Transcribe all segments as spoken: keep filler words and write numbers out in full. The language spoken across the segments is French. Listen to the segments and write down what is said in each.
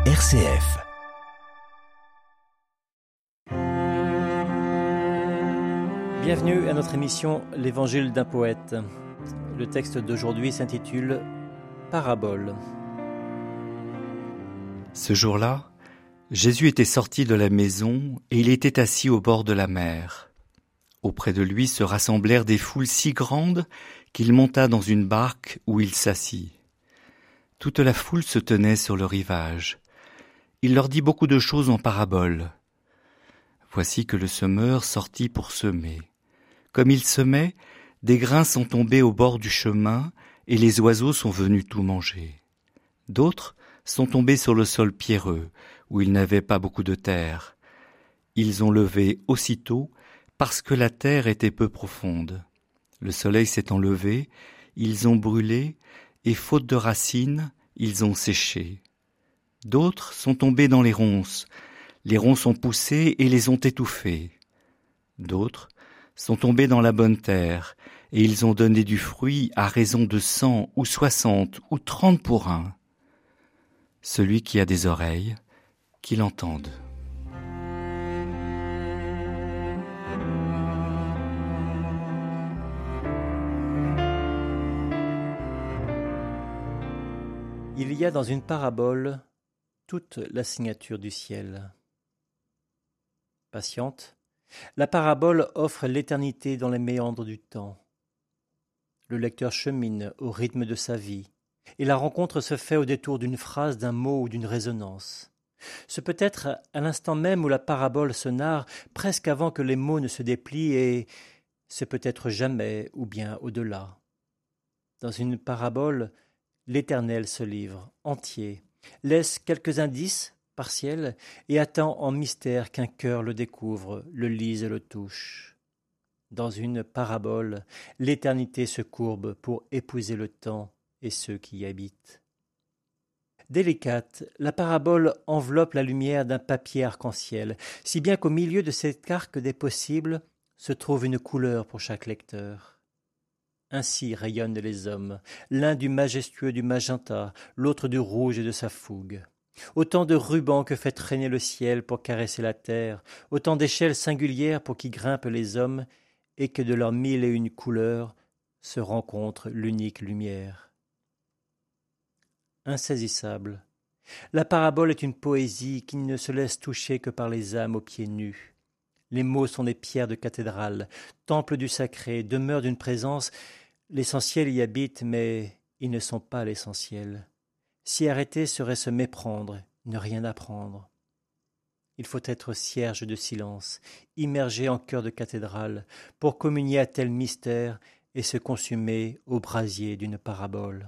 R C F. Bienvenue à notre émission L'Évangile d'un poète. Le texte d'aujourd'hui s'intitule Parabole. Ce jour-là, Jésus était sorti de la maison et il était assis au bord de la mer. Auprès de lui se rassemblèrent des foules si grandes qu'il monta dans une barque où il s'assit. Toute la foule se tenait sur le rivage. Il leur dit beaucoup de choses en paraboles. Voici que le semeur sortit pour semer. Comme il semait, des grains sont tombés au bord du chemin et les oiseaux sont venus tout manger. D'autres sont tombés sur le sol pierreux, où il n'avait pas beaucoup de terre. Ils ont levé aussitôt, parce que la terre était peu profonde. Le soleil s'étant levé, ils ont brûlé, et faute de racines, ils ont séché. D'autres sont tombés dans les ronces. Les ronces ont poussé et les ont étouffés. D'autres sont tombés dans la bonne terre, et ils ont donné du fruit à raison de cent ou soixante ou trente pour un. Celui qui a des oreilles, qu'il entende. Il y a dans une parabole toute la signature du ciel. Patiente, la parabole offre l'éternité dans les méandres du temps. Le lecteur chemine au rythme de sa vie, et la rencontre se fait au détour d'une phrase, d'un mot ou d'une résonance. Ce peut être à l'instant même où la parabole se narre, presque avant que les mots ne se déplient, et c'est peut-être jamais ou bien au-delà. Dans une parabole, l'Éternel se livre, entier, laisse quelques indices partiels et attend en mystère qu'un cœur le découvre, le lise et le touche. Dans une parabole, l'éternité se courbe pour épouser le temps et ceux qui y habitent. Délicate, la parabole enveloppe la lumière d'un papier arc-en-ciel, si bien qu'au milieu de cet arc des possibles se trouve une couleur pour chaque lecteur. Ainsi rayonnent les hommes, l'un du majestueux du magenta, l'autre du rouge et de sa fougue. Autant de rubans que fait traîner le ciel pour caresser la terre, autant d'échelles singulières pour qui grimpent les hommes, et que de leurs mille et une couleurs se rencontre l'unique lumière. Insaisissable, la parabole est une poésie qui ne se laisse toucher que par les âmes aux pieds nus. Les mots sont des pierres de cathédrale, temples du sacré, demeures d'une présence. L'essentiel y habite, mais ils ne sont pas l'essentiel. S'y arrêter serait se méprendre, ne rien apprendre. Il faut être cierge de silence, immergé en cœur de cathédrale, pour communier à tel mystère et se consumer au brasier d'une parabole.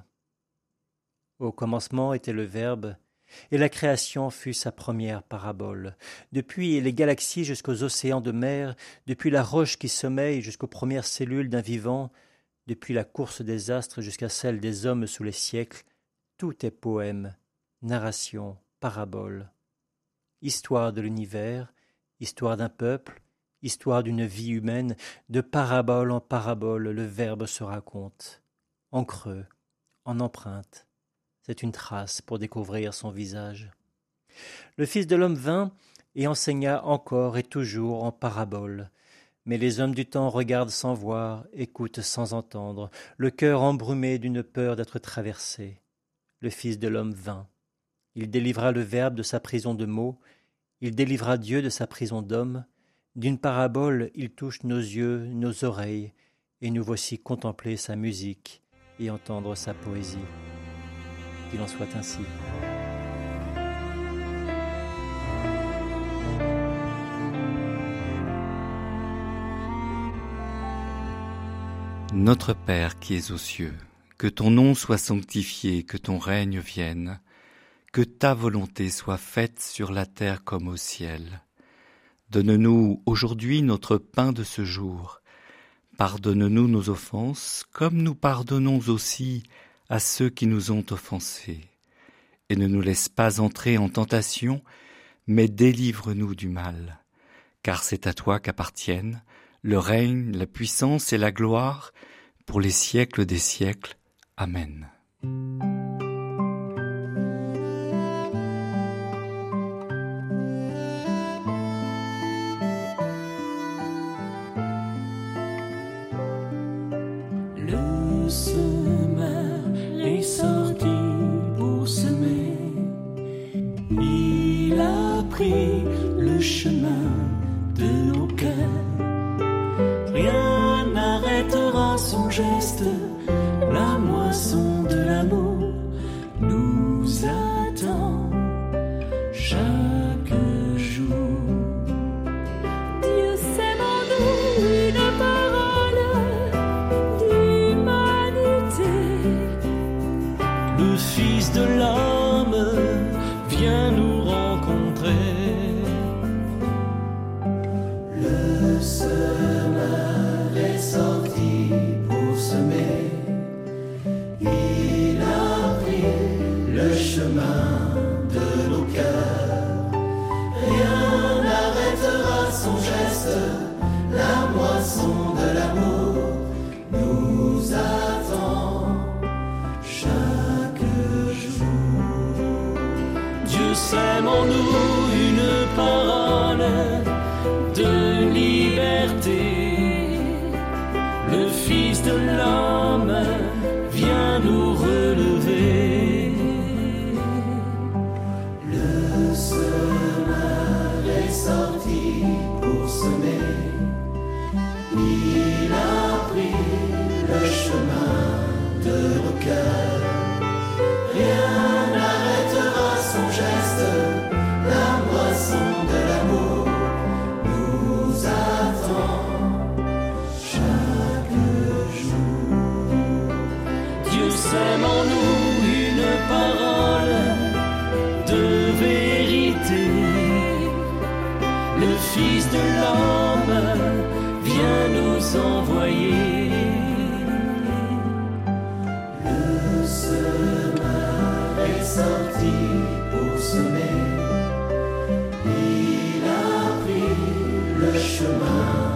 Au commencement était le Verbe, et la création fut sa première parabole. Depuis les galaxies jusqu'aux océans de mer, depuis la roche qui sommeille jusqu'aux premières cellules d'un vivant, depuis la course des astres jusqu'à celle des hommes sous les siècles, tout est poème, narration, parabole. Histoire de l'univers, histoire d'un peuple, histoire d'une vie humaine, de parabole en parabole, le Verbe se raconte. En creux, en empreinte, c'est une trace pour découvrir son visage. Le Fils de l'homme vint et enseigna encore et toujours en parabole. Mais les hommes du temps regardent sans voir, écoutent sans entendre, le cœur embrumé d'une peur d'être traversé. Le Fils de l'homme vint. Il délivra le Verbe de sa prison de mots, il délivra Dieu de sa prison d'homme. D'une parabole, il touche nos yeux, nos oreilles, et nous voici contempler sa musique et entendre sa poésie. Qu'il en soit ainsi. Notre Père qui es aux cieux, que ton nom soit sanctifié, que ton règne vienne, que ta volonté soit faite sur la terre comme au ciel. Donne-nous aujourd'hui notre pain de ce jour. Pardonne-nous nos offenses, comme nous pardonnons aussi à ceux qui nous ont offensés. Et ne nous laisse pas entrer en tentation, mais délivre-nous du mal. Car c'est à toi qu'appartiennent le règne, la puissance et la gloire, pour les siècles des siècles. Amen. nous attend chaque jour. Dieu sème en nous une parole d'humanité. Le Fils de l'homme vient nous rencontrer. Le semeur est sorti pour semer. Il a pris le chemin de nos cœurs. Rien n'arrêtera son geste. La moisson de l'amour nous attend chaque jour. Dieu sème en nous une parole de liberté. Le Fils de l'homme vient nous relever. Le semeur est sorti pour semer. Il a pris le chemin de nos cœurs. Rien n'arrêtera son geste. La moisson de l'amour nous attend chaque jour. Dieu sème en nous une parole de vérité. Le Fils de l'homme vient nous envoyer. Le semeur est sorti pour semer. Il a pris le chemin